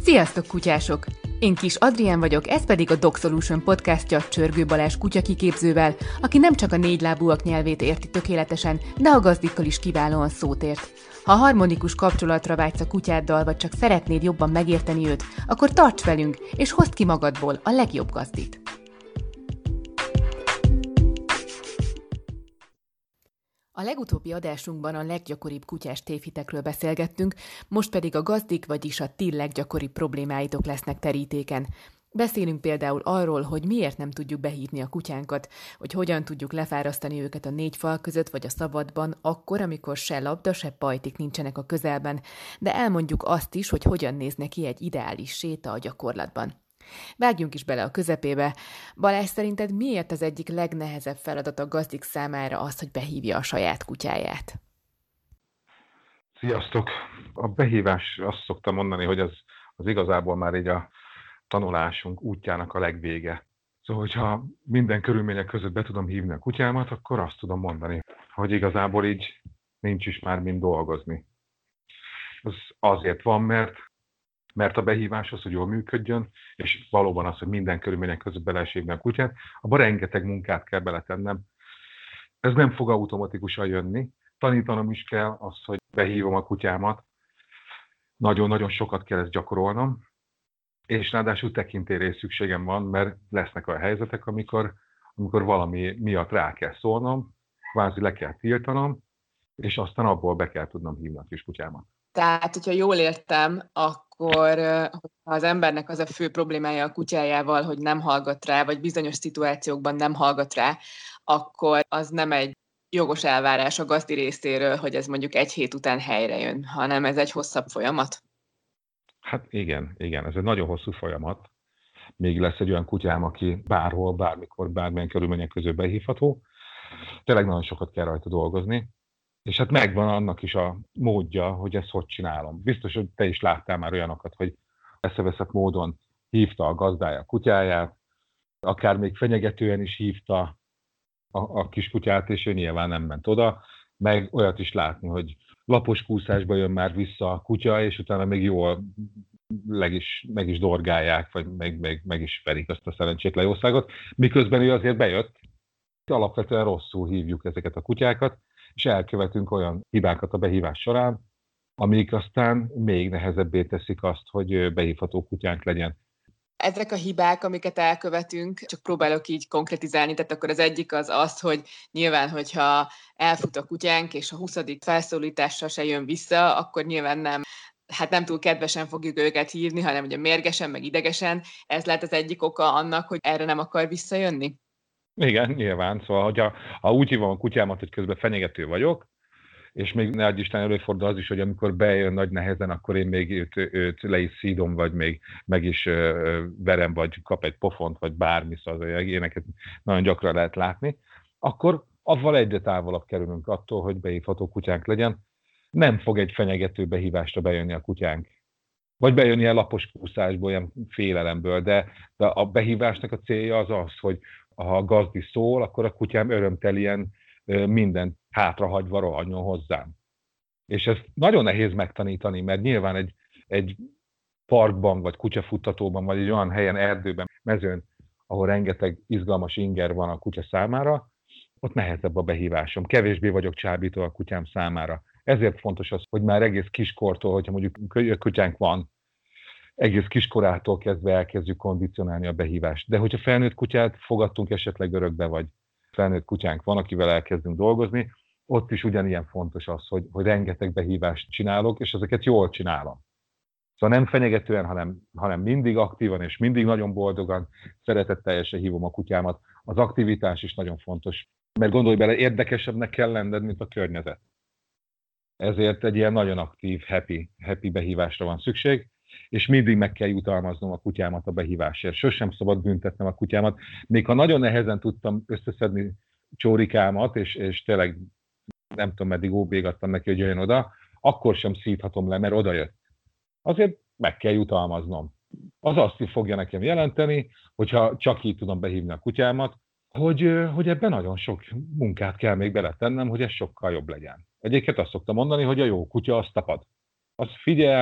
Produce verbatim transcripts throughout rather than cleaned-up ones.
Sziasztok, kutyások! Én Kis Adrián vagyok, ez pedig a Dog Solution podcastja Csörgő Balázs kutyakiképzővel, aki nem csak a négylábúak nyelvét érti tökéletesen, de a gazdikkal is kiválóan szót ért. Ha harmonikus kapcsolatra vágysz a kutyáddal, vagy csak szeretnéd jobban megérteni őt, akkor tarts velünk, és hozd ki magadból a legjobb gazdit! A legutóbbi adásunkban a leggyakoribb kutyás tévhitekről beszélgettünk, most pedig a gazdik, vagyis a ti leggyakoribb problémáitok lesznek terítéken. Beszélünk például arról, hogy miért nem tudjuk behívni a kutyánkat, hogy hogyan tudjuk lefárasztani őket a négy fal között vagy a szabadban, akkor, amikor se labda, se pajtik nincsenek a közelben, de elmondjuk azt is, hogy hogyan néz neki egy ideális séta a gyakorlatban. Vágjunk is bele a közepébe. Balázs, szerinted miért az egyik legnehezebb feladat a gazdik számára az, hogy behívja a saját kutyáját? Sziasztok! A behívás, azt szoktam mondani, hogy az, az igazából már így a tanulásunk útjának a legvége. Szóval, hogyha minden körülmények között be tudom hívni a kutyámat, akkor azt tudom mondani, hogy igazából így nincs is már mind dolgozni. Ez azért van, mert mert a behívás az, hogy jól működjön, és valóban az, hogy minden körülmények között be lehet hívni a kutyát, abban rengeteg munkát kell beletennem. Ez nem fog automatikusan jönni. Tanítanom is kell azt, hogy behívom a kutyámat. Nagyon-nagyon sokat kell ezt gyakorolnom, és ráadásul tekintélyre is szükségem van, mert lesznek olyan helyzetek, amikor, amikor valami miatt rá kell szólnom, kvázi le kell tiltanom, és aztán abból be kell tudnom hívni a kis kutyámat. Tehát, hogyha jól értem, akkor ha az embernek az a fő problémája a kutyájával, hogy nem hallgat rá, vagy bizonyos szituációkban nem hallgat rá, akkor az nem egy jogos elvárás a gazdi részéről, hogy ez mondjuk egy hét után helyre jön, hanem ez egy hosszabb folyamat? Hát igen, igen, ez egy nagyon hosszú folyamat. Még lesz egy olyan kutyám, aki bárhol, bármikor, bármilyen körülmények között behívható. Tényleg nagyon sokat kell rajta dolgozni. És hát megvan annak is a módja, hogy ezt hogy csinálom. Biztos, hogy te is láttál már olyanokat, hogy eszeveszett módon hívta a gazdája a kutyáját, akár még fenyegetően is hívta a, a kiskutyát, és ő nyilván nem ment oda. Meg olyat is látni, hogy lapos kúszásba jön már vissza a kutya, és utána még jól meg is, meg is dorgálják, vagy meg, meg, meg is verik azt a szerencsétlen jószágot. Miközben ő azért bejött, alapvetően rosszul hívjuk ezeket a kutyákat, és elkövetünk olyan hibákat a behívás során, amik aztán még nehezebbé teszik azt, hogy behívható kutyánk legyen. Ezek a hibák, amiket elkövetünk, csak próbálok így konkretizálni, tehát akkor az egyik az az, hogy nyilván, hogyha elfut a kutyánk, és a huszadik felszólítással se jön vissza, akkor nyilván nem, hát nem túl kedvesen fogjuk őket hívni, hanem ugye mérgesen, meg idegesen. Ez lehet az egyik oka annak, hogy erre nem akar visszajönni? Igen, nyilván. Szóval, hogyha, ha úgy hívom a kutyámat, hogy közben fenyegető vagyok, és még ne adj Isten, előfordul az is, hogy amikor bejön nagy nehezen, akkor én még őt, őt le is szídom, vagy még meg is ö, verem, vagy kap egy pofont, vagy bármi, szóval ilyeneket nagyon gyakran lehet látni, akkor avval egyre távolabb kerülünk attól, hogy behívható kutyánk legyen. Nem fog egy fenyegető behívásra bejönni a kutyánk. Vagy bejönni ilyen lapos kúszásból, ilyen félelemből, de, de a behívásnak a célja az az, hogy ha a gazdi szól, akkor a kutyám örömtelien mindent hátrahagyva rohanjon hozzám. És ezt nagyon nehéz megtanítani, mert nyilván egy, egy parkban, vagy kutyafuttatóban, vagy egy olyan helyen, erdőben, mezőn, ahol rengeteg izgalmas inger van a kutya számára, ott nehezebb a behívásom. Kevésbé vagyok csábító a kutyám számára. Ezért fontos az, hogy már egész kiskortól, hogyha mondjuk kutyánk van, egész kiskorától kezdve elkezdjük kondicionálni a behívást. De hogyha felnőtt kutyát fogadtunk esetleg örökbe, vagy felnőtt kutyánk van, akivel elkezdünk dolgozni, ott is ugyanilyen fontos az, hogy, hogy rengeteg behívást csinálok, és ezeket jól csinálom. Szóval nem fenyegetően, hanem, hanem mindig aktívan, és mindig nagyon boldogan, szeretetteljesen hívom a kutyámat. Az aktivitás is nagyon fontos, mert gondolj bele, érdekesebbnek kell lenned, mint a környezet. Ezért egy ilyen nagyon aktív, happy, happy behívásra van szükség, és mindig meg kell jutalmaznom a kutyámat a behívásért. Sosem szabad büntetnem a kutyámat. Még ha nagyon nehezen tudtam összeszedni csórikámat, és, és tényleg nem tudom, meddig óbégattam neki, hogy jöjjön oda, akkor sem szíthatom le, mert oda jött. Azért meg kell jutalmaznom. Az azt fogja nekem jelenteni, hogyha csak így tudom behívni a kutyámat, hogy, hogy ebben nagyon sok munkát kell még beletennem, hogy ez sokkal jobb legyen. Egyébként azt szoktam mondani, hogy a jó kutya az tapad. Az figyel,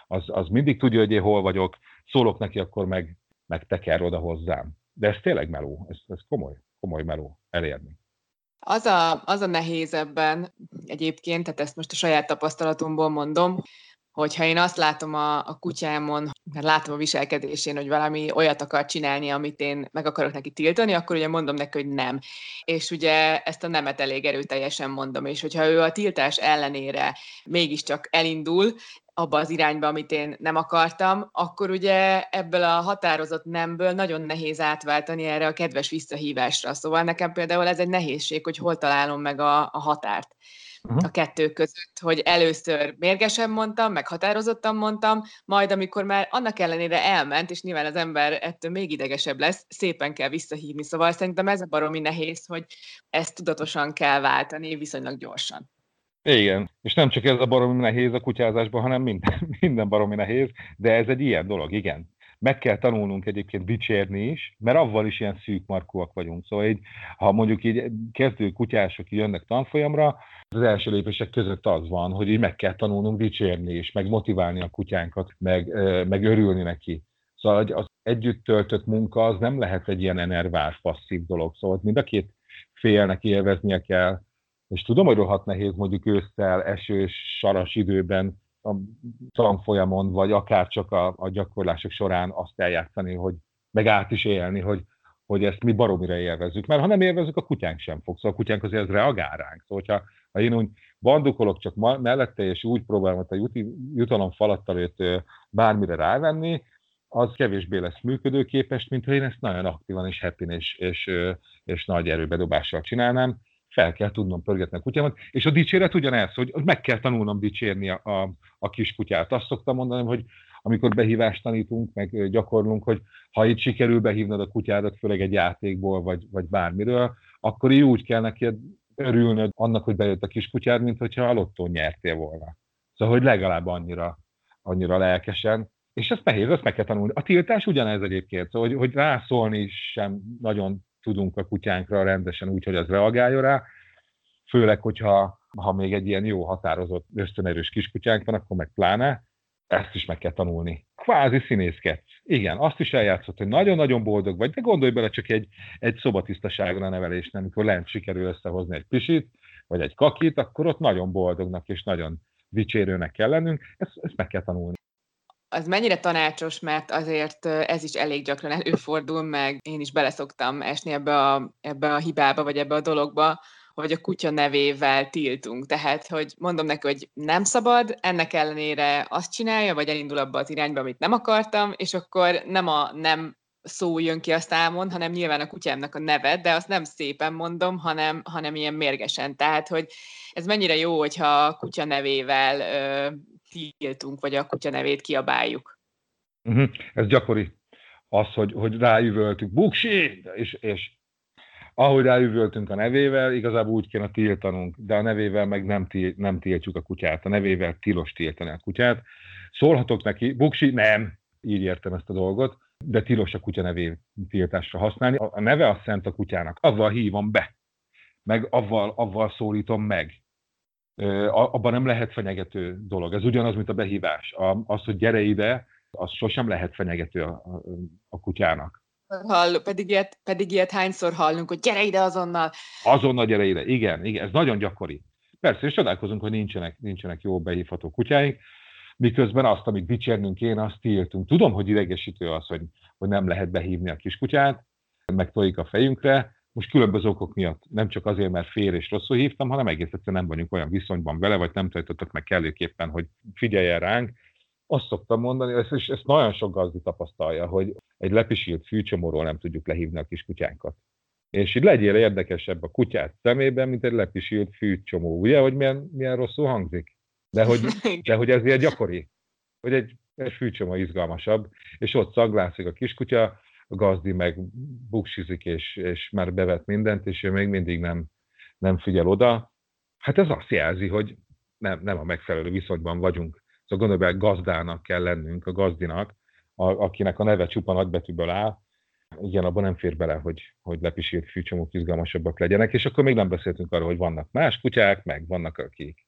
az, az mindig tudja, hogy én hol vagyok, szólok neki, akkor meg, meg teker oda hozzám. De ez tényleg meló, ez, ez komoly, komoly meló elérni. Az a, az a nehéz ebben egyébként, tehát ezt most a saját tapasztalatomból mondom, hogyha én azt látom a, a kutyámon, mert látom a viselkedésén, hogy valami olyat akar csinálni, amit én meg akarok neki tiltani, akkor ugye mondom neki, hogy nem. És ugye ezt a nemet elég erőteljesen mondom, és hogyha ő a tiltás ellenére mégiscsak elindul abba az irányba, amit én nem akartam, akkor ugye ebből a határozott nemből nagyon nehéz átváltani erre a kedves visszahívásra. Szóval nekem például ez egy nehézség, hogy hol találom meg a, a határt a kettő között, hogy először mérgesen mondtam, meg határozottan mondtam, majd amikor már annak ellenére elment, és nyilván az ember ettől még idegesebb lesz, szépen kell visszahívni. Szóval szerintem ez a baromi nehéz, hogy ezt tudatosan kell váltani viszonylag gyorsan. Igen, és nem csak ez a baromi nehéz a kutyázásban, hanem minden, minden baromi nehéz, de ez egy ilyen dolog, igen. Meg kell tanulnunk egyébként dicsérni is, mert avval is ilyen szűk markúak vagyunk. Szóval így, ha mondjuk így kezdő kutyások jönnek tanfolyamra, az első lépések között az van, hogy így meg kell tanulnunk dicsérni is, meg motiválni a kutyánkat, meg, meg örülni neki. Szóval az együtt töltött munka az nem lehet egy ilyen enervás, passzív dolog. Szóval mind a két félnek élveznie kell. És tudom, hogy rohadt nehéz mondjuk ősszel, esős, saras időben a tanfolyamon, vagy akár csak a, a gyakorlások során azt eljátszani, hogy meg át is élni, hogy, hogy ezt mi baromira élvezzük. Mert ha nem élvezzük, a kutyánk sem fog. Szóval a kutyánk azért az reagál ránk. Szóval hogyha, ha én úgy bandukolok csak mellette, és úgy próbálom a jutalom falattal őt bármire rávenni, az kevésbé lesz működőképes, mint ha én ezt nagyon aktívan és happy és, és, és nagy erőbedobással csinálnám. Fel kell tudnom pörgetni a kutyámat, és a dicséret ugyanez, hogy meg kell tanulnom dicsérni a, a, a kiskutyát. Azt szoktam mondani, hogy amikor behívást tanítunk, meg gyakorlunk, hogy ha itt sikerül behívnod a kutyádat, főleg egy játékból, vagy, vagy bármiről, akkor így úgy kell neked örülnöd annak, hogy bejött a kiskutyád, mint hogyha a lottón nyertél volna. Szóval, hogy legalább annyira, annyira lelkesen. És ezt nehéz, ezt meg kell tanulni. A tiltás ugyanez egyébként, szóval, hogy, hogy rászólni sem nagyon tudunk a kutyánkra rendesen úgy, hogy az reagáljon rá, főleg, hogyha ha még egy ilyen jó határozott, ösztönerős kiskutyánk van, akkor meg pláne, ezt is meg kell tanulni. Kvázi színészkedsz. Igen, azt is eljátszott, hogy nagyon-nagyon boldog vagy, de gondolj bele csak egy, egy szobatisztaságra nevelésnél, amikor lent sikerül összehozni egy pisit, vagy egy kakit, akkor ott nagyon boldognak és nagyon dicsérőnek kell lennünk, ezt, ezt meg kell tanulni. Az mennyire tanácsos, mert azért ez is elég gyakran előfordul, meg én is beleszoktam esni ebbe a, ebbe a hibába, vagy ebbe a dologba, hogy a kutya nevével tiltunk. Tehát, hogy mondom neki, hogy nem szabad, ennek ellenére azt csinálja, vagy elindul abba az irányba, amit nem akartam, és akkor nem a nem szó jön ki a számon, hanem nyilván a kutyámnak a neve, de azt nem szépen mondom, hanem, hanem ilyen mérgesen. Tehát, hogy ez mennyire jó, hogyha a kutya nevével ö, tiltunk, vagy a kutya nevét kiabáljuk. Uh-huh. Ez gyakori. Az, hogy, hogy rájövöltünk, buksi, és, és ahogy rájövöltünk a nevével, igazából úgy kéne tiltanunk, de a nevével meg nem, til, nem tiltjuk a kutyát. A nevével tilos tiltani a kutyát. Szólhatok neki, buksi, nem, így értem ezt a dolgot, de tilos a kutya nevé tiltásra használni. A neve az szent a kutyának. Avval hívom be, meg avval, avval szólítom meg. Abban nem lehet fenyegető dolog. Ez ugyanaz, mint a behívás. Az, hogy gyere ide, az sosem lehet fenyegető a, a, a kutyának. Hall, pedig, ilyet, pedig ilyet hányszor hallunk, hogy gyere ide azonnal. Azonnal gyere ide, igen, igen, ez nagyon gyakori. Persze, és csodálkozunk, hogy nincsenek, nincsenek jó behívható kutyáink, miközben azt, amit dicsérnünk kéne, azt tiltunk. Tudom, hogy idegesítő az, hogy, hogy nem lehet behívni a kiskutyát, meg tojik a fejünkre, most különböző okok miatt, nem csak azért, mert fél és rosszul hívtam, hanem egész egyszerűen nem vagyunk olyan viszonyban vele, vagy nem tartottak meg kellőképpen, hogy figyeljen ránk. Azt szoktam mondani, és ezt nagyon sok gazdi tapasztalja, hogy egy lepisilt fűcsomóról nem tudjuk lehívni a kiskutyánkat. És így legyél érdekesebb a kutyát szemében, mint egy lepisilt fűcsomó. Ugye, hogy milyen, milyen rosszul hangzik? De hogy, de hogy ez ilyen gyakori, hogy egy, egy fűcsomó izgalmasabb, és ott szaglászik a kiskutya, a gazdi meg buksizik, és, és már bevet mindent, és ő még mindig nem, nem figyel oda. Hát ez azt jelzi, hogy nem, nem a megfelelő viszonyban vagyunk. Szóval gondolj be, gazdának kell lennünk, a gazdinak, a, akinek a neve csupa nagybetűből áll. Igen, abban nem fér bele, hogy, hogy lepisilt fűcsomók izgalmasabbak legyenek, és akkor még nem beszéltünk arról, hogy vannak más kutyák, meg vannak, akik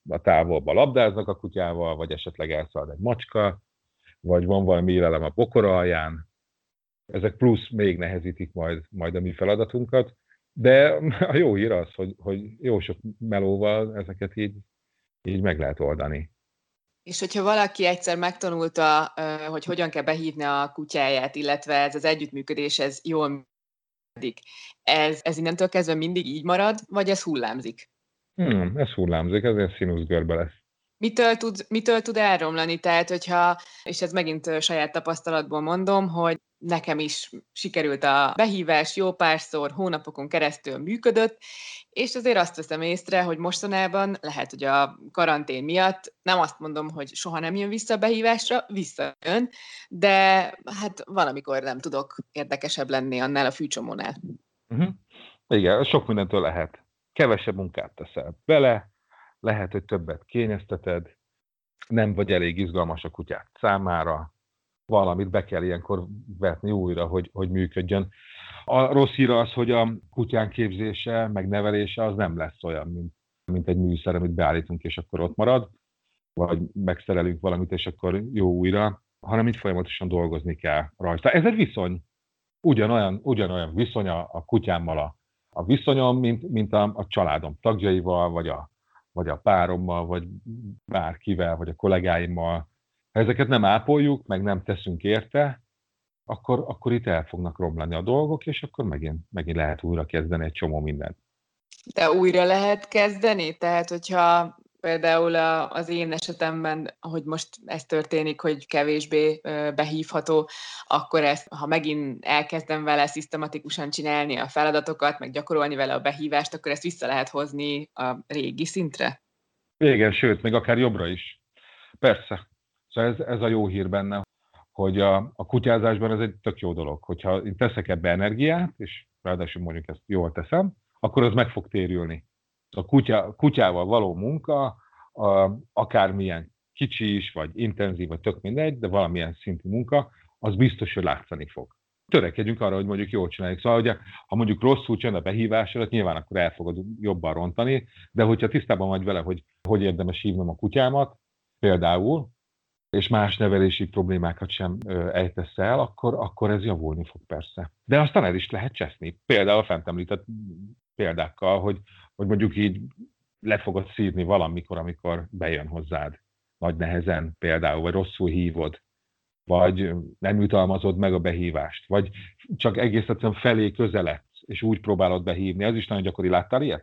a távolba labdáznak a kutyával, vagy esetleg elszalad egy macska, vagy van valami élelem a bokora alján. Ezek plusz még nehezítik majd, majd a mi feladatunkat, de a jó hír az, hogy, hogy jó sok melóval ezeket így, így meg lehet oldani. És hogyha valaki egyszer megtanulta, hogy hogyan kell behívni a kutyáját, illetve ez az együttműködés, ez jól működik, ez, ez innentől kezdve mindig így marad, vagy ez hullámzik? Hmm, ez hullámzik, ez egy színuszgörbe lesz. Mitől tud, mitől tud elromlani? Tehát, hogyha, és ez megint saját tapasztalatból mondom, hogy nekem is sikerült a behívás, jó párszor, hónapokon keresztül működött, és azért azt veszem észre, hogy mostanában lehet, hogy a karantén miatt nem azt mondom, hogy soha nem jön vissza a behívásra, visszajön, de hát van, amikor nem tudok érdekesebb lenni annál a fűcsomónál. Uh-huh. Igen, sok mindentől lehet. Kevesebb munkát teszel bele, lehet, hogy többet kényezteted, nem vagy elég izgalmas a kutyát számára, valamit be kell ilyenkor vetni újra, hogy, hogy működjön. A rossz hír az, hogy a kutyán képzése, meg nevelése az nem lesz olyan, mint, mint egy műszer, amit beállítunk, és akkor ott marad, vagy megszerelünk valamit, és akkor jó újra, hanem itt folyamatosan dolgozni kell rajta. Ez egy viszony. Ugyanolyan, ugyanolyan viszony a, a kutyámmal a, a viszonyom, mint, mint a, a családom tagjaival, vagy a, vagy a párommal, vagy bárkivel, vagy a kollégáimmal. Ha ezeket nem ápoljuk, meg nem teszünk érte, akkor, akkor itt el fognak romlani a dolgok, és akkor megint, megint lehet újra kezdeni egy csomó mindent. De újra lehet kezdeni? Tehát, hogyha például az én esetemben, ahogy most ez történik, hogy kevésbé behívható, akkor ezt, ha megint elkezdem vele szisztematikusan csinálni a feladatokat, meg gyakorolni vele a behívást, akkor ezt vissza lehet hozni a régi szintre? Igen, sőt, még akár jobbra is. Persze. Szóval ez, ez a jó hír benne, hogy a, a kutyázásban ez egy tök jó dolog. Hogyha én teszek ebbe energiát, és ráadásul mondjuk ezt jól teszem, akkor az meg fog térülni. A kutya, kutyával való munka, a, akármilyen kicsi is, vagy intenzív, vagy tök mindegy, de valamilyen szintű munka, az biztos, hogy látszani fog. Törekedjünk arra, hogy mondjuk jól csináljuk. Szóval, ugye, ha mondjuk rosszul csinál a behívásodat, nyilván akkor el fogod jobban rontani, de hogyha tisztában vagy vele, hogy hogy érdemes hívnom a kutyámat, például, és más nevelési problémákat sem ejtesz el, akkor, akkor ez javulni fog persze. De aztán el is lehet cseszni. Például a fent említett példákkal, hogy, hogy mondjuk így le fogod szívni valamikor, amikor bejön hozzád. Nagy nehezen például, vagy rosszul hívod, vagy nem jutalmazod meg a behívást, vagy csak egész egyszerűen felé közeledsz, és úgy próbálod behívni. Ez is nagyon gyakori. Láttál ilyet?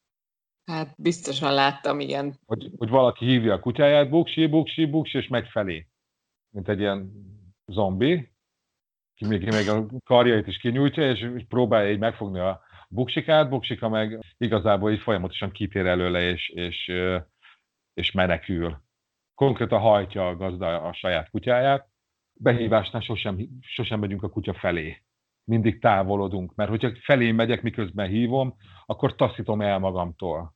Hát biztosan láttam, igen. Hogy, hogy valaki hívja a kutyáját, buksi, buksi, buksi, és megy felé. Mint egy ilyen zombi, ki még, ki még a karjait is kinyújtja, és próbálja így megfogni a buksikát, buksika meg igazából így folyamatosan kitér előle, és, és, és menekül. Konkrétan hajtja a gazda a saját kutyáját. Behívásnál sosem, sosem megyünk a kutya felé. Mindig távolodunk, mert hogyha felé megyek, miközben hívom, akkor taszítom el magamtól.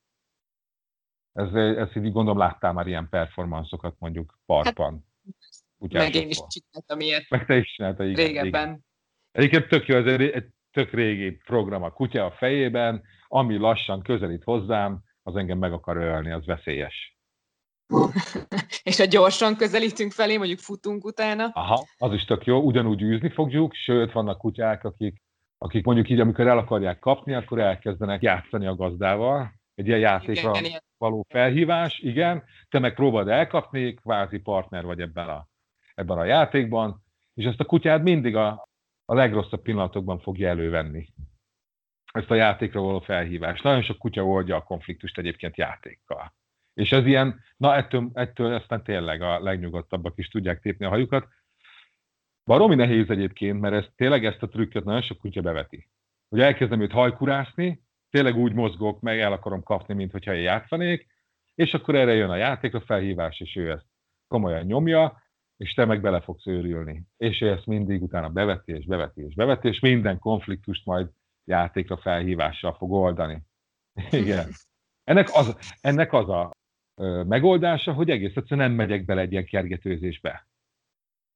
Ez, ezt így gondolom, láttál már ilyen performanszokat mondjuk parkban. Hát, meg én is csináltam ilyet. Meg te is csináltad, igen. Régebben. Igen. Egyébként tök jó, ez egy, egy tök régi program a kutya a fejében, ami lassan közelít hozzám, az engem meg akar ölni, az veszélyes. És ha gyorsan közelítünk felé, mondjuk futunk utána? Aha, az is tök jó, ugyanúgy űzni fogjuk, sőt, vannak kutyák, akik, akik mondjuk így, amikor el akarják kapni, akkor elkezdenek játszani a gazdával. Egy ilyen játékra igen, ilyen. való felhívás, igen, te meg próbáld elkapni, kvázi partner vagy ebben a, ebben a játékban, és ezt a kutyád mindig a, a legrosszabb pillanatokban fogja elővenni. Ezt a játékra való felhívást. Nagyon sok kutya oldja a konfliktust egyébként játékkal. És ez ilyen, na ettől, ettől aztán tényleg a legnyugodtabbak is tudják tépni a hajukat. Baromi nehéz egyébként, mert ez, tényleg ezt a trükköt nagyon sok kutya beveti. Hogy elkezdem őt hajkurásni, tényleg úgy mozgok, meg el akarom kapni, mint hogyha én játszanék, és akkor erre jön a játékra felhívás, és ő ezt komolyan nyomja, és te meg bele fogsz őrülni. És ő ezt mindig utána beveti, és beveti, és beveti, és minden konfliktust majd játékra felhívással fog oldani. Igen. Ennek az, ennek az a ö, megoldása, hogy egész egyszerűen nem megyek bele egy ilyen kergetőzésbe.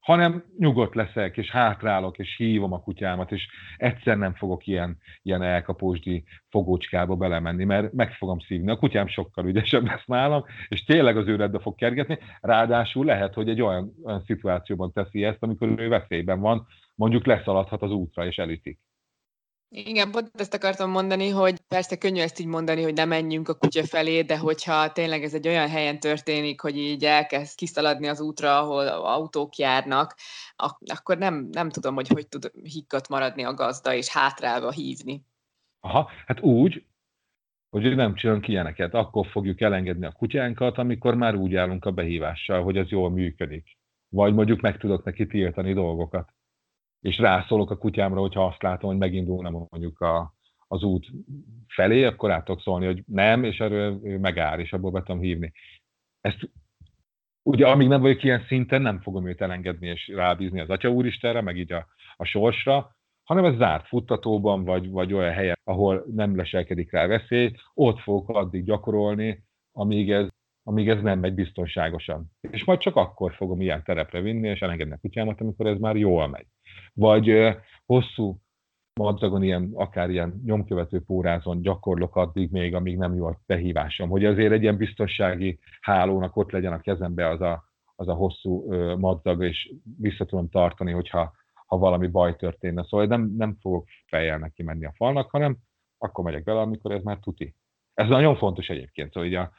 hanem nyugodt leszek, és hátrálok, és hívom a kutyámat, és egyszer nem fogok ilyen, ilyen elkapósdi fogócskába belemenni, mert meg fogom szívni. A kutyám sokkal ügyesebb lesz nálam, és tényleg az őredbe fog kergetni, ráadásul lehet, hogy egy olyan, olyan szituációban teszi ezt, amikor ő veszélyben van, mondjuk leszaladhat az útra, és elütik. Igen, pont ezt akartam mondani, hogy persze könnyű ezt így mondani, hogy ne menjünk a kutya felé, de hogyha tényleg ez egy olyan helyen történik, hogy így elkezd kiszaladni az útra, ahol autók járnak, akkor nem, nem tudom, hogy hogy tud higgadt maradni a gazda, és hátrálva hívni. Aha, hát úgy, hogy nem csinálunk ilyeneket. Akkor fogjuk elengedni a kutyánkat, amikor már úgy állunk a behívással, hogy az jól működik. Vagy mondjuk meg tudok neki tiltani dolgokat. És rászólok a kutyámra, hogyha azt látom, hogy megindulna mondjuk a, az út felé, akkor át tudok szólni, hogy nem, és erről ő megáll, és abból be tudom hívni. Ezt ugye, amíg nem vagyok ilyen szinten, nem fogom őt elengedni és rábízni az Atya Úristenre, meg így a, a sorsra, hanem ez zárt futtatóban, vagy, vagy olyan helyen, ahol nem leselkedik rá veszély, ott fogok addig gyakorolni, amíg ez, amíg ez nem megy biztonságosan. És majd csak akkor fogom ilyen terepre vinni, és elengedni a kutyámat, amikor ez már jól megy. Vagy uh, hosszú madzagon, ilyen, akár ilyen nyomkövető pórázon gyakorlok addig még, amíg nem jó a behívásom. Hogy azért egy ilyen biztonsági hálónak ott legyen a kezembe az a, az a hosszú uh, madzag, és vissza tudom tartani, hogyha ha valami baj történne. Szóval nem, nem fogok fejjel neki menni a falnak, hanem akkor megyek bele, amikor ez már tuti. Ez nagyon fontos egyébként. Szóval ugye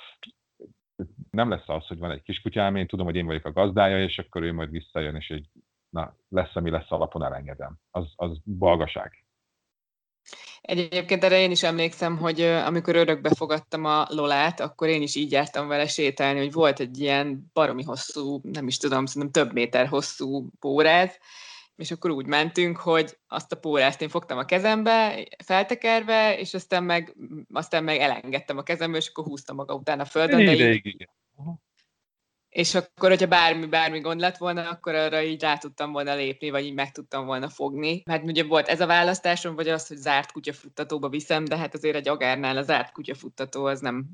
nem lesz az, hogy van egy kiskutyám, én tudom, hogy én vagyok a gazdája, és akkor ő majd visszajön, és egy, na, lesz, ami lesz, alapon elengedem. Az, az balgaság. Egyébként erre én is emlékszem, hogy amikor örökbe fogadtam a Lolát, akkor én is így jártam vele sétálni, hogy volt egy ilyen baromi hosszú, nem is tudom, szerintem több méter hosszú póráz, és akkor úgy mentünk, hogy azt a pórázt én fogtam a kezembe, feltekerve, és aztán meg, aztán meg elengedtem a kezembe, és akkor húztam maga után a földön. De így... És akkor, hogyha bármi, bármi gond lett volna, akkor arra így rá tudtam volna lépni, vagy így meg tudtam volna fogni. Mert ugye volt ez a választásom, vagy az, hogy zárt kutyafuttatóba viszem, de hát azért egy agárnál a zárt kutyafuttató az nem,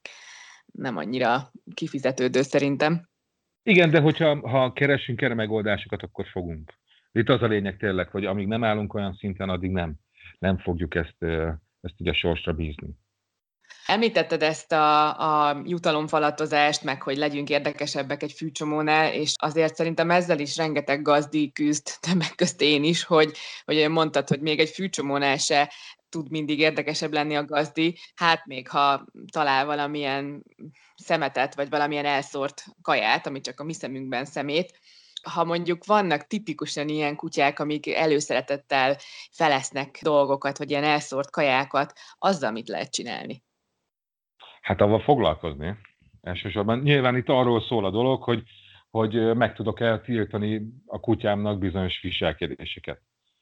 nem annyira kifizetődő szerintem. Igen, de hogyha ha keresünk erre megoldásokat, akkor fogunk. Itt az a lényeg tényleg, hogy amíg nem állunk olyan szinten, addig nem, nem fogjuk ezt, ezt így a sorsra bízni. Említetted ezt a, a jutalomfalatozást, meg hogy legyünk érdekesebbek egy fűcsomónál, és azért szerintem ezzel is rengeteg gazdi küzd, többek közt én is, hogy, hogy mondtad, hogy még egy fűcsomónál se tud mindig érdekesebb lenni a gazdi, hát még ha talál valamilyen szemetet, vagy valamilyen elszórt kaját, ami csak a mi szemünkben szemét. Ha mondjuk vannak tipikusan ilyen kutyák, amik előszeretettel felesznek dolgokat, vagy ilyen elszórt kajákat, azzal mit lehet csinálni? Hát avval foglalkozni. Elsősorban nyilván itt arról szól a dolog, hogy, hogy meg tudok eltiltani a kutyámnak bizonyos viselkedéseket.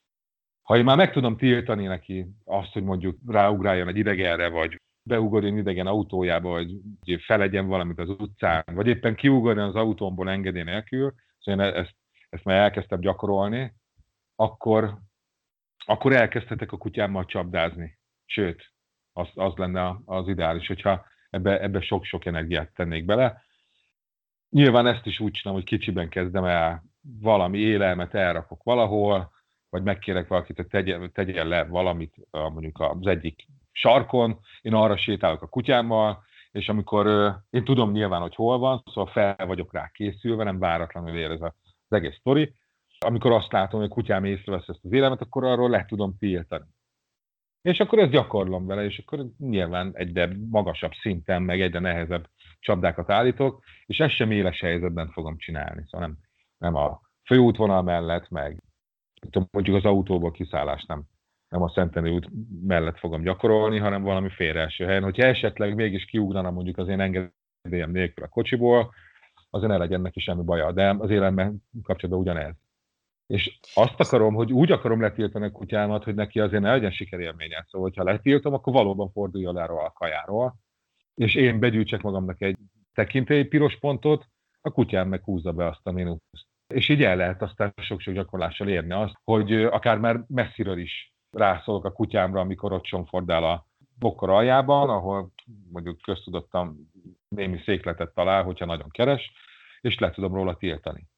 Ha én már meg tudom tiltani neki azt, hogy mondjuk ráugráljon egy idegenre, vagy beugorjon idegen autójába, vagy felegyen valamit az utcán, vagy éppen kiugorjon az autómból engedély nélkül, szóval én ezt, ezt már elkezdtem gyakorolni, akkor, akkor elkezdhetek a kutyámmal csapdázni. Sőt, az, az lenne az ideális, hogyha ebbe, ebbe sok-sok energiát tennék bele. Nyilván ezt is úgy csinálom, hogy kicsiben kezdem el valami élelmet, elrakok valahol, vagy megkérek valakit, hogy tegyen, tegyen le valamit mondjuk az egyik sarkon, én arra sétálok a kutyámmal, és amikor én tudom nyilván, hogy hol van, szóval fel vagyok rá készülve, nem váratlanul ér ez az egész sztori. Amikor azt látom, hogy a kutyám észrevesz ezt az élelmet, akkor arról le tudom tiltani. És akkor ezt gyakorlom vele, és akkor nyilván egyre magasabb szinten, meg egyre nehezebb csapdákat állítok, és ezt sem éles helyzetben fogom csinálni. Szóval nem, nem a főútvonal mellett, meg mondjuk az autóból kiszállás nem, nem a Szentendrei út mellett fogom gyakorolni, hanem valami félreeső helyen. Hogyha esetleg mégis kiugrana mondjuk az én engedélyem nélkül a kocsiból, azért ne legyen neki semmi baja, de az élelemmel kapcsolatban ugyanez. És azt akarom, hogy úgy akarom letiltani a kutyámat, hogy neki azért ne legyen sikerélménye. Szóval, hogyha letiltom, akkor valóban forduljon le a kajáról, és én begyűjtsek magamnak egy tekintélyi piros pontot, a kutyám meg húzza be azt a mínuszt. És így el lehet aztán sok-sok gyakorlással érni azt, hogy akár már messziről is rászólok a kutyámra, amikor ott csomfordál a bokor aljában, ahol mondjuk köztudottan némi székletet talál, hogyha nagyon keres, és le tudom róla tiltani.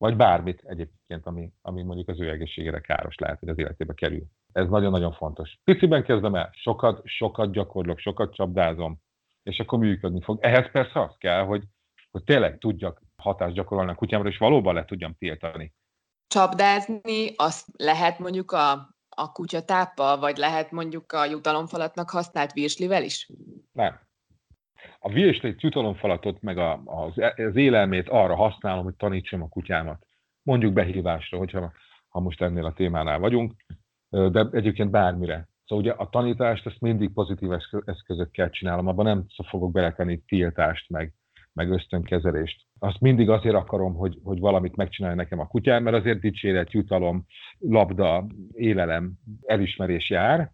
vagy bármit egyébként, ami, ami mondjuk az ő egészségére káros lehet, hogy az életébe kerül. Ez nagyon-nagyon fontos. Piciben kezdem el, sokat, sokat gyakorlok, sokat csapdázom, és akkor működni fog. Ehhez persze az kell, hogy, hogy tényleg tudjak hatást gyakorolni a kutyámra, és valóban le tudjam tiltani. Csapdázni azt lehet mondjuk a, a kutyatáppal, vagy lehet mondjuk a jutalomfalatnak használt virslivel is? Nem. A virslét jutalomfalatot, meg a, az, az élelmét arra használom, hogy tanítsam a kutyámat. Mondjuk behívásra, hogyha ha most ennél a témánál vagyunk, de egyébként bármire. Szóval ugye a tanítást ezt mindig pozitív eszközökkel csinálom, abban nem fogok beletenni tiltást, meg, meg ösztönkezelést. Azt mindig azért akarom, hogy, hogy valamit megcsinálja nekem a kutyám, mert azért dicséret, jutalom, labda, élelem, elismerés jár,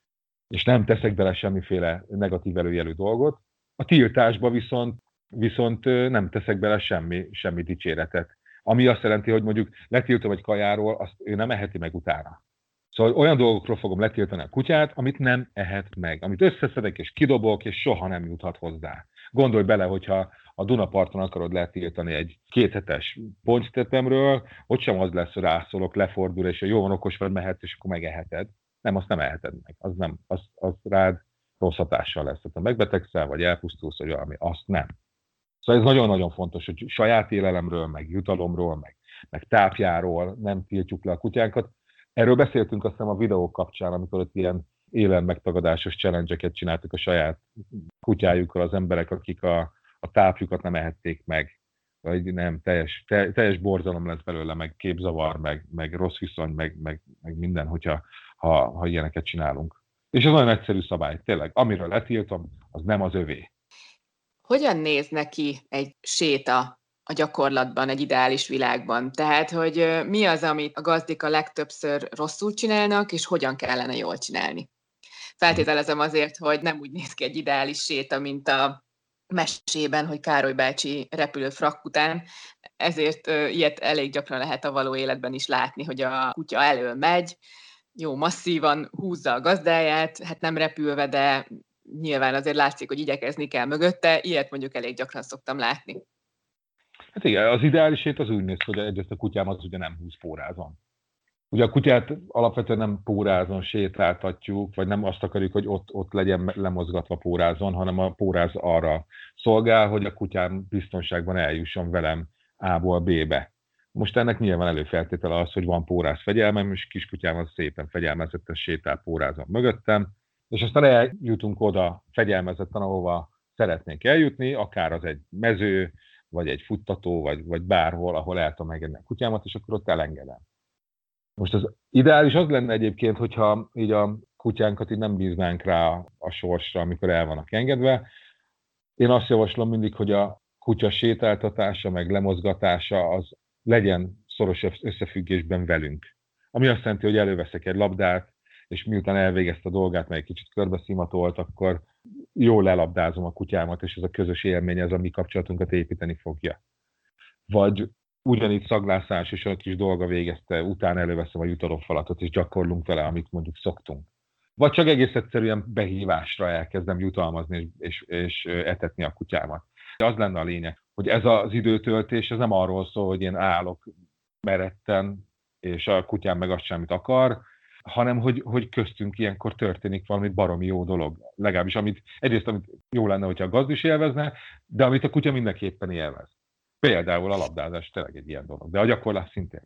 és nem teszek bele semmiféle negatív előjelű dolgot. A tiltásba viszont, viszont nem teszek bele semmi, semmi dicséretet. Ami azt jelenti, hogy mondjuk letiltom egy kajáról, azt ő nem eheti meg utána. Szóval olyan dolgokról fogom letiltani a kutyát, amit nem ehet meg, amit összeszedek és kidobok, és soha nem juthat hozzá. Gondolj bele, hogyha a Dunaparton akarod letiltani egy kéthetes poncstepemről, ott sem az lesz, hogy rászólok, lefordul, és jó van, okos vagy, mehetsz, és akkor megeheted. Nem, azt nem eheted meg. Az, nem, az, az rád rossz hatással lesz. Tehát ha megbetegszel, vagy elpusztulsz, vagy valami, azt nem. Szóval ez nagyon-nagyon fontos, hogy saját élelemről, meg jutalomról, meg, meg tápjáról nem tiltjuk le a kutyánkat. Erről beszéltünk azt hiszem a videók kapcsán, amikor ott ilyen élelem megtagadásos challenge-eket csináltak a saját kutyájukkal az emberek, akik a, a tápjukat nem ehették meg. Vagy nem, teljes, teljes borzalom lesz belőle, meg képzavar, meg, meg rossz viszony, meg, meg, meg minden, hogyha ha, ha ilyeneket csinálunk. És ez nagyon egyszerű szabály, tényleg. Amiről letiltom, az nem az övé. Hogyan néz neki egy séta a gyakorlatban, egy ideális világban? Tehát, hogy mi az, amit a gazdik a legtöbbször rosszul csinálnak, és hogyan kellene jól csinálni? Feltételezem azért, hogy nem úgy néz ki egy ideális séta, mint a mesében, hogy Károly bácsi repülő frakk után, ezért ilyet elég gyakran lehet a való életben is látni, hogy a kutya elől megy, jó masszívan húzza a gazdáját, hát nem repülve, de nyilván azért látszik, hogy igyekezni kell mögötte, ilyet mondjuk elég gyakran szoktam látni. Hát igen, az ideális hét az úgy néz ki, hogy egyrészt a kutyám az ugye nem húz pórázon. Ugye a kutyát alapvetően nem pórázon sétáltatjuk, vagy nem azt akarjuk, hogy ott, ott legyen lemozgatva pórázon, hanem a póráz arra szolgál, hogy a kutyám biztonságban eljusson velem A-ból B-be. Most ennek nyilván előfeltétele az, hogy van póráz fegyelmem, és kiskutyám az szépen fegyelmezetten sétál pórázon mögöttem, és aztán eljutunk oda fegyelmezetten, ahova szeretnénk eljutni, akár az egy mező, vagy egy futtató, vagy, vagy bárhol, ahol el tudom engedni a kutyámat, és akkor ott elengedem. Most az ideális az lenne egyébként, hogyha így a kutyánkat így nem bíznánk rá a sorsra, amikor el vannak engedve. Én azt javaslom mindig, hogy a kutya sétáltatása, meg lemozgatása az legyen szoros összefüggésben velünk. Ami azt jelenti, hogy előveszek egy labdát, és miután elvégezte a dolgát, meg egy kicsit körbeszimatolt, akkor jól lelabdázom a kutyámat, és ez a közös élmény, ez a mi kapcsolatunkat építeni fogja. Vagy ugyanígy szaglászás és a kis dolga végezte, utána előveszem a jutalomfalatot, és gyakorlunk vele, amit mondjuk szoktunk. Vagy csak egész egyszerűen behívásra elkezdem jutalmazni, és, és, és etetni a kutyámat. Az lenne a lényeg, hogy ez az időtöltés, ez nem arról szól, hogy én állok meretten, és a kutyám meg azt semmit akar, hanem hogy, hogy köztünk ilyenkor történik valami baromi jó dolog. Legalábbis amit, egyrészt amit jó lenne, hogyha a gazd is élvezne, de amit a kutya mindenképpen élvez. Például a labdázás tényleg egy ilyen dolog, de a gyakorlás szintén.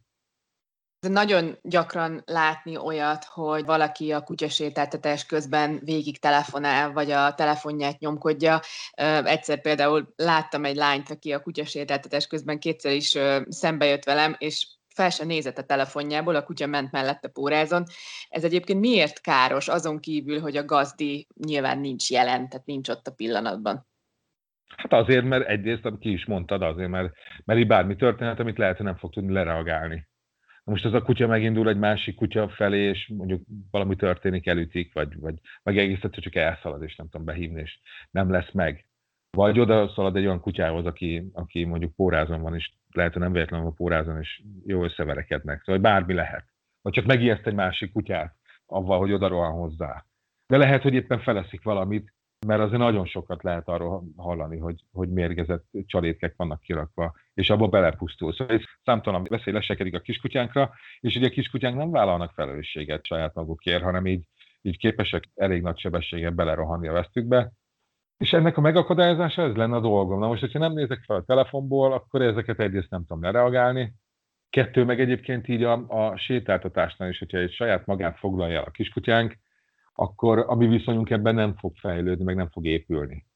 Nagyon gyakran látni olyat, hogy valaki a kutyasétáltatás közben végig telefonál, vagy a telefonját nyomkodja. Egyszer például láttam egy lányt, aki a kutyasétáltatás közben kétszer is szembe jött velem, és fel se nézett a telefonjából, a kutya ment mellette pórázon. Ez egyébként miért káros, azon kívül, hogy a gazdi nyilván nincs jelen, tehát nincs ott a pillanatban? Hát azért, mert egyrészt, amit ki is mondtad, azért, mert, mert így bármi történet, amit lehet, hogy nem fog tudni lereagálni. Most az a kutya megindul egy másik kutya felé, és mondjuk valami történik, elütik, vagy, vagy meg egész egyszerűen csak elszalad, és nem tudom behívni, és nem lesz meg. Vagy oda szalad egy olyan kutyához, aki, aki mondjuk pórázon van, és lehet, hogy nem véletlenül van pórázon, és jó összeverekednek. Szóval bármi lehet. Vagy csak megijeszt egy másik kutyát avval, hogy oda rohan hozzá. De lehet, hogy éppen feleszik valamit, mert azért nagyon sokat lehet arról hallani, hogy, hogy mérgezett csalétkek vannak kirakva, és abba belepusztul. Szóval számtalan veszély leselkedik a kiskutyánkra, és ugye a kiskutyánk nem vállalnak felelősséget saját magukért, hanem így, így képesek elég nagy sebességgel belerohanni a vesztükbe. És ennek a megakadályozása ez lenne a dolgom. Na most, hogyha nem nézek fel a telefonból, akkor ezeket egyrészt nem tudom lereagálni. Kettő meg egyébként így a, a sétáltatásnál is, hogyha egy saját magát foglalja el a kiskutyánk, akkor a mi viszonyunk ebben nem fog fejlődni, meg nem fog épülni.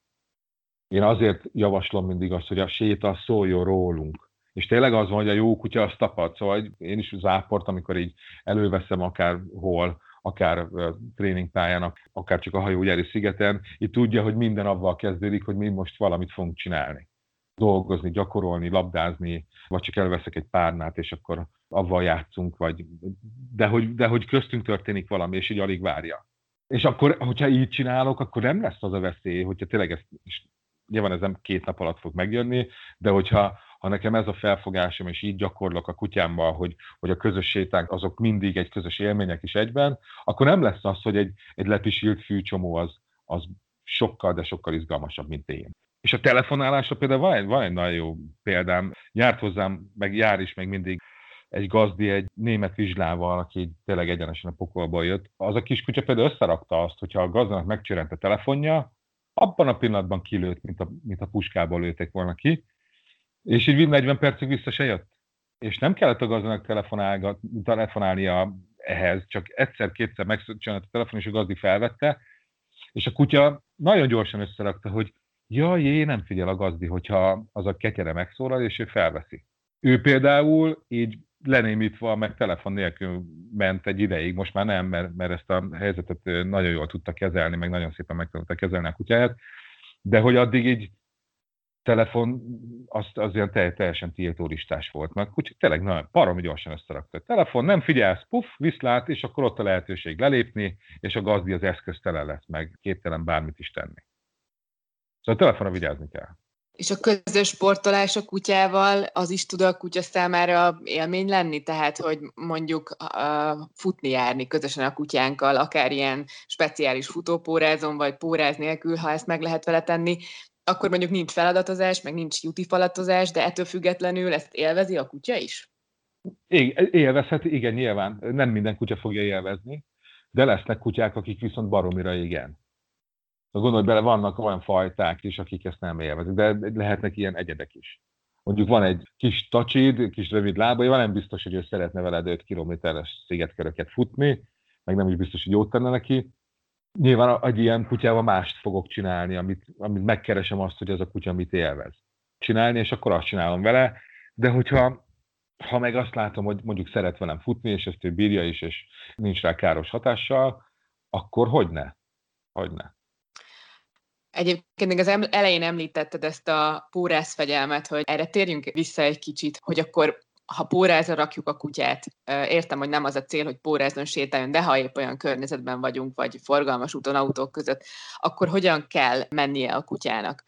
Én azért javaslom mindig azt, hogy a séta szóljon rólunk. És tényleg az van, hogy a jó kutya azt tapad. Szóval én is záport, amikor így előveszem akárhol, akár tréningpályán, akár csak a hajógyári szigeten, így tudja, hogy minden avval kezdődik, hogy mi most valamit fogunk csinálni. Dolgozni, gyakorolni, labdázni, vagy csak elveszek egy párnát, és akkor avval játszunk, vagy de hogy, de hogy köztünk történik valami, és így alig várja. És akkor, hogyha így csinálok, akkor nem lesz az a veszély, hogyha tényleg ez, és nyilván ez nem két nap alatt fog megjönni, de hogyha ha nekem ez a felfogásom, és így gyakorlok a kutyámmal, hogy, hogy a közös sétánk azok mindig egy közös élmények is egyben, akkor nem lesz az, hogy egy, egy lepisilt fűcsomó az, az sokkal, de sokkal izgalmasabb, mint én. És a telefonálásra például van egy, van egy nagyon jó példám. Járt hozzám, meg jár is még mindig egy gazdi, egy német vizslával, aki tényleg egyenesen a pokolból jött. Az a kiskutya például összerakta azt, hogyha a gazdának megcsörrent a telefonja, abban a pillanatban kilőtt, mint a, mint a puskából lőtték volna ki, és így negyven percig vissza se jött. És nem kellett a gazdának telefonálnia ehhez, csak egyszer-kétszer megcsörrent a telefon, és a gazdi felvette, és a kutya nagyon gyorsan összerakta, hogy jaj, jé, nem figyel a gazdi, hogyha az a ketyere megszólal, és ő felveszi. Ő például így lenémítva, meg telefon nélkül ment egy ideig, most már nem, mert, mert ezt a helyzetet nagyon jól tudta kezelni, meg nagyon szépen meg tudta kezelni a kutyáját, de hogy addig így telefon, az, az ilyen teljesen tiltóristás volt, mert a kutya tényleg nagyon baromi gyorsan összerakta. A telefon, nem figyelsz, puff, viszlát, és akkor ott a lehetőség lelépni, és a gazdi az eszköztelen lesz, meg képtelen bármit is tenni. Szóval a telefonra vigyázni kell. És a közös sportolás a kutyával, az is tud a kutya számára élmény lenni? Tehát, hogy mondjuk uh, futni járni közösen a kutyánkkal, akár ilyen speciális futópórázon, vagy póráz nélkül, ha ezt meg lehet vele tenni, akkor mondjuk nincs feladatozás, meg nincs jutifalatozás, de ettől függetlenül ezt élvezi a kutya is? Élvezheti, igen, nyilván. Nem minden kutya fogja élvezni, de lesznek kutyák, akik viszont baromira igen. Gondolj bele, vannak olyan fajták is, akik ezt nem élvezik, de lehetnek ilyen egyedek is. Mondjuk van egy kis tacsid, kis rövid lábai, van nem biztos, hogy ő szeretne veled öt kilométeres szigetköröket futni, meg nem is biztos, hogy jót tenne neki. Nyilván egy ilyen kutyával mást fogok csinálni, amit, amit megkeresem azt, hogy az a kutya mit élvez csinálni, és akkor azt csinálom vele, de hogyha ha meg azt látom, hogy mondjuk szeret velem futni, és ezt ő bírja is, és nincs rá káros hatással, akkor hogyne? Hogyne. Egyébként még az elején említetted ezt a pórászfegyelmet, hogy erre térjünk vissza egy kicsit, hogy akkor ha pórázra rakjuk a kutyát, értem, hogy nem az a cél, hogy pórázzon, sétáljon, de ha épp olyan környezetben vagyunk, vagy forgalmas úton, autók között, akkor hogyan kell mennie a kutyának?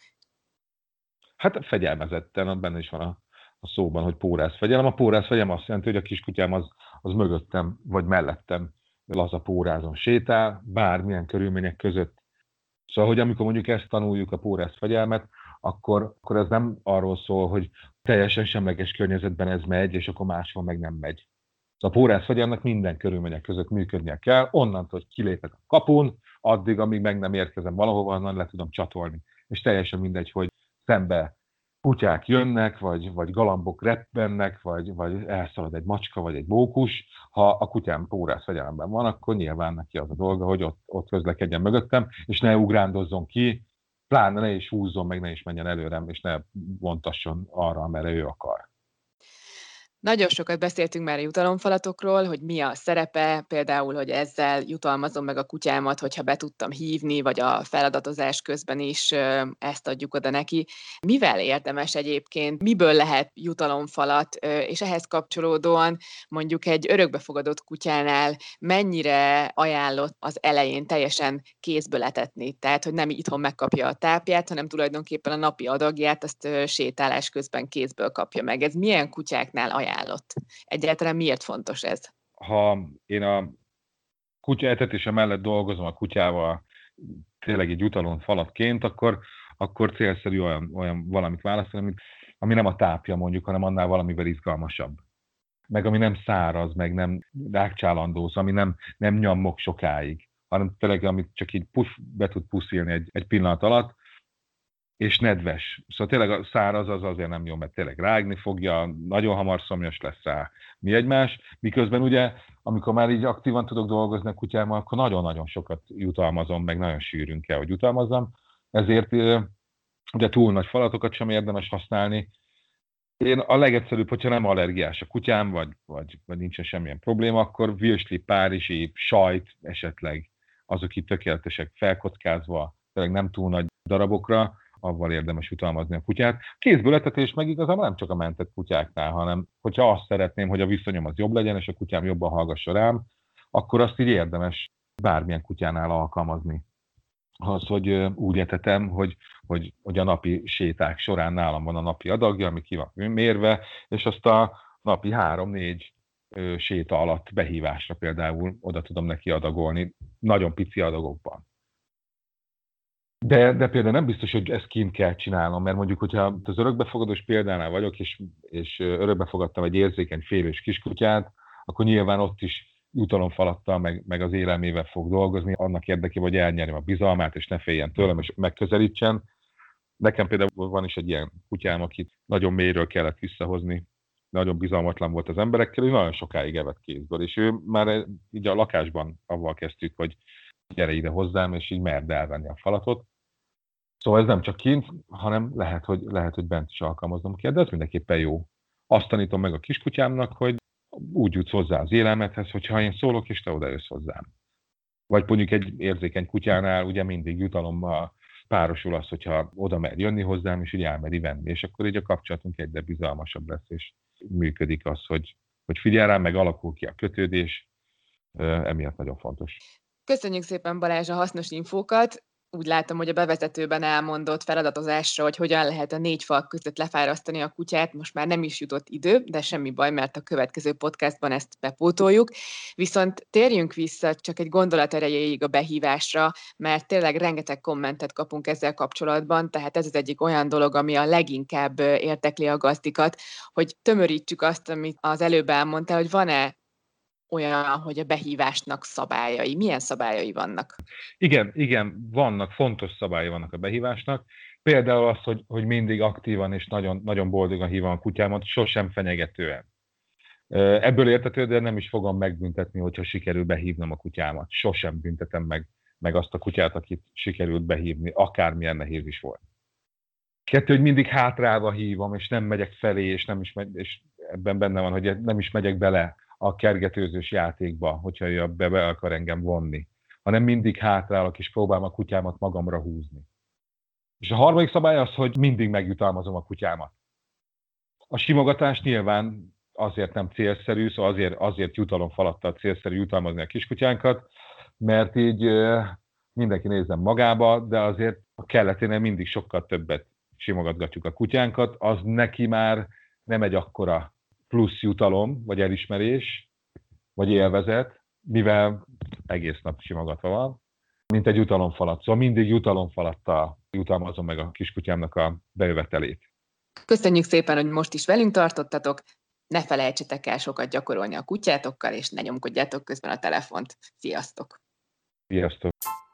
Hát fegyelmezetten, benne is van a, a szóban, hogy pórászfegyelem. A pórászfegyelem azt jelenti, hogy a kiskutyám az, az mögöttem, vagy mellettem laza pórázon sétál, bármilyen körülmények között. Szóval, hogy amikor mondjuk ezt tanuljuk, a pórászfegyelmet, akkor, akkor ez nem arról szól, hogy teljesen semleges környezetben ez megy, és akkor máshol meg nem megy. Szóval a pórászfegyelmnek minden körülmények között működnie kell, onnantól, hogy kilépek a kapun, addig, amíg meg nem érkezem valahova, onnan le tudom csatolni. És teljesen mindegy, hogy szembe kutyák jönnek, vagy, vagy galambok reppennek, vagy, vagy elszalad egy macska, vagy egy mókus. Ha a kutyám pórászfegyelemben van, akkor nyilván neki az a dolga, hogy ott, ott közlekedjen mögöttem, és ne ugrándozzon ki, pláne ne is húzzon, meg ne is menjen előrem, és ne vontasson arra, amerre ő akar. Nagyon sokat beszéltünk már a jutalomfalatokról, hogy mi a szerepe, például, hogy ezzel jutalmazom meg a kutyámat, hogyha be tudtam hívni, vagy a feladatozás közben is ezt adjuk oda neki. Mivel érdemes egyébként, miből lehet jutalomfalat, és ehhez kapcsolódóan mondjuk egy örökbefogadott kutyánál mennyire ajánlott az elején teljesen kézből etetni, tehát, hogy nem itthon megkapja a tápját, hanem tulajdonképpen a napi adagját, azt sétálás közben kézből kapja meg. Ez milyen kutyáknál ajánlott? Ajánlott. Egyáltalán miért fontos ez? Ha én a kutya etetése mellett dolgozom a kutyával tényleg egy jutalomfalatként, akkor, akkor célszerű olyan, olyan valamit választani, amit, ami nem a tápja mondjuk, hanem annál valamivel izgalmasabb. Meg ami nem száraz, meg nem rákcsálandó, ami nem, nem nyammog sokáig, hanem tényleg, amit csak így puff, be tud puszilni egy, egy pillanat alatt, és nedves. Szóval tényleg a száraz az azért nem jó, mert tényleg rágni fogja, nagyon hamar szomjas lesz rá mi egymás, miközben ugye, amikor már így aktívan tudok dolgozni a kutyámmal, akkor nagyon-nagyon sokat jutalmazom, meg nagyon sűrűn kell, hogy jutalmazzam, ezért ugye túl nagy falatokat sem érdemes használni. Én a legegyszerűbb, hogyha nem allergiás a kutyám, vagy, vagy, vagy nincsen semmilyen probléma, akkor virsli, párizsi, sajt esetleg, azok itt tökéletesek felkockázva, tényleg nem túl nagy darabokra, avval érdemes jutalmazni a kutyát. Kézből meg igazából nem csak a mentett kutyáknál, hanem hogyha azt szeretném, hogy a viszonyom az jobb legyen, és a kutyám jobban hallgassa rám, akkor azt így érdemes bármilyen kutyánál alkalmazni. Az, hogy úgy etetem, hogy, hogy, hogy a napi séták során nálam van a napi adagja, ami ki van mérve, és azt a napi három-négy séta alatt behívásra például oda tudom neki adagolni, nagyon pici adagokban. De, de például nem biztos, hogy ezt kint kell csinálnom, mert mondjuk, hogyha az örökbefogadós példánál vagyok, és, és örökbefogadtam egy érzékeny félős kiskutyát, akkor nyilván ott is jutalomfalattal, meg, meg az élelmével fog dolgozni, annak érdekében, hogy elnyerjem a bizalmát, és ne féljen tőlem, és megközelítsen. Nekem például van is egy ilyen kutyám, akit nagyon mélyről kellett visszahozni, nagyon bizalmatlan volt az emberekkel, és nagyon sokáig evett kézből, és ő már így a lakásban avval kezdtük, hogy gyere ide hozzám, és így merd elvenni a falatot. Szóval ez nem csak kint, hanem lehet, hogy, lehet, hogy bent is alkalmaznom kell, de ez mindenképpen jó. Azt tanítom meg a kiskutyámnak, hogy úgy jutsz hozzá az élelmethez, hogyha én szólok, és te odajössz hozzám. Vagy mondjuk egy érzékeny kutyánál ugye mindig jutalommal párosul az, hogyha oda mer jönni hozzám, és így elmeri venni, és akkor így a kapcsolatunk egyre bizalmasabb lesz, és működik az, hogy, hogy figyel rám, meg alakul ki a kötődés, emiatt nagyon fontos. Köszönjük szépen, Balázs, a hasznos infókat. Úgy látom, hogy a bevezetőben elmondott feladatozásra, hogy hogyan lehet a négy fal között lefárasztani a kutyát, most már nem is jutott idő, de semmi baj, mert a következő podcastban ezt bepótoljuk. Viszont térjünk vissza csak egy gondolat erejéig a behívásra, mert tényleg rengeteg kommentet kapunk ezzel kapcsolatban, tehát ez az egyik olyan dolog, ami a leginkább értekli a gazdikat, hogy tömörítsük azt, amit az előbb elmondtál, hogy van-e olyan, hogy a behívásnak szabályai. Milyen szabályai vannak? Igen, igen, vannak, fontos szabályai vannak a behívásnak. Például az, hogy, hogy mindig aktívan és nagyon, nagyon boldogan hívom a kutyámat, sosem fenyegetően. Ebből értető, de nem is fogom megbüntetni, hogyha sikerül behívnom a kutyámat. Sosem büntetem meg, meg azt a kutyát, akit sikerült behívni, akármilyen nehéz is volt. Kettő, hogy mindig hátrálva hívom, és nem megyek felé, és, nem is megy, és ebben benne van, hogy nem is megyek bele a kergetőzős játékba, hogyha ő be, be akar engem vonni, hanem mindig hátrálok, és próbálom a kutyámat magamra húzni. És a harmadik szabály az, hogy mindig megjutalmazom a kutyámat. A simogatás nyilván azért nem célszerű, szóval azért, azért jutalomfalattal célszerű jutalmazni a kiskutyánkat, mert így mindenki nézzen magába, de azért a kelleténél mindig sokkal többet simogatgatjuk a kutyánkat, az neki már nem egy akkora plusz jutalom, vagy elismerés, vagy élvezet, mivel egész nap simogatva van, mint egy jutalomfalat. Szóval mindig jutalomfalattal jutalmazom meg a kiskutyámnak a bejövetelét. Köszönjük szépen, hogy most is velünk tartottatok. Ne felejtsetek el sokat gyakorolni a kutyátokkal, és ne nyomkodjátok közben a telefont. Sziasztok! Sziasztok!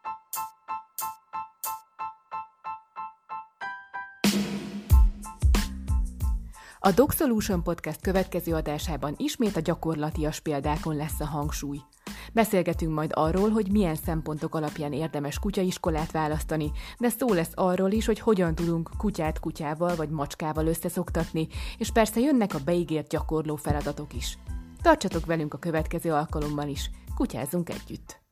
A Dog Solution Podcast következő adásában ismét a gyakorlatias példákon lesz a hangsúly. Beszélgetünk majd arról, hogy milyen szempontok alapján érdemes kutyaiskolát választani, de szó lesz arról is, hogy hogyan tudunk kutyát kutyával vagy macskával összeszoktatni, és persze jönnek a beígért gyakorló feladatok is. Tartsatok velünk a következő alkalommal is, kutyázzunk együtt!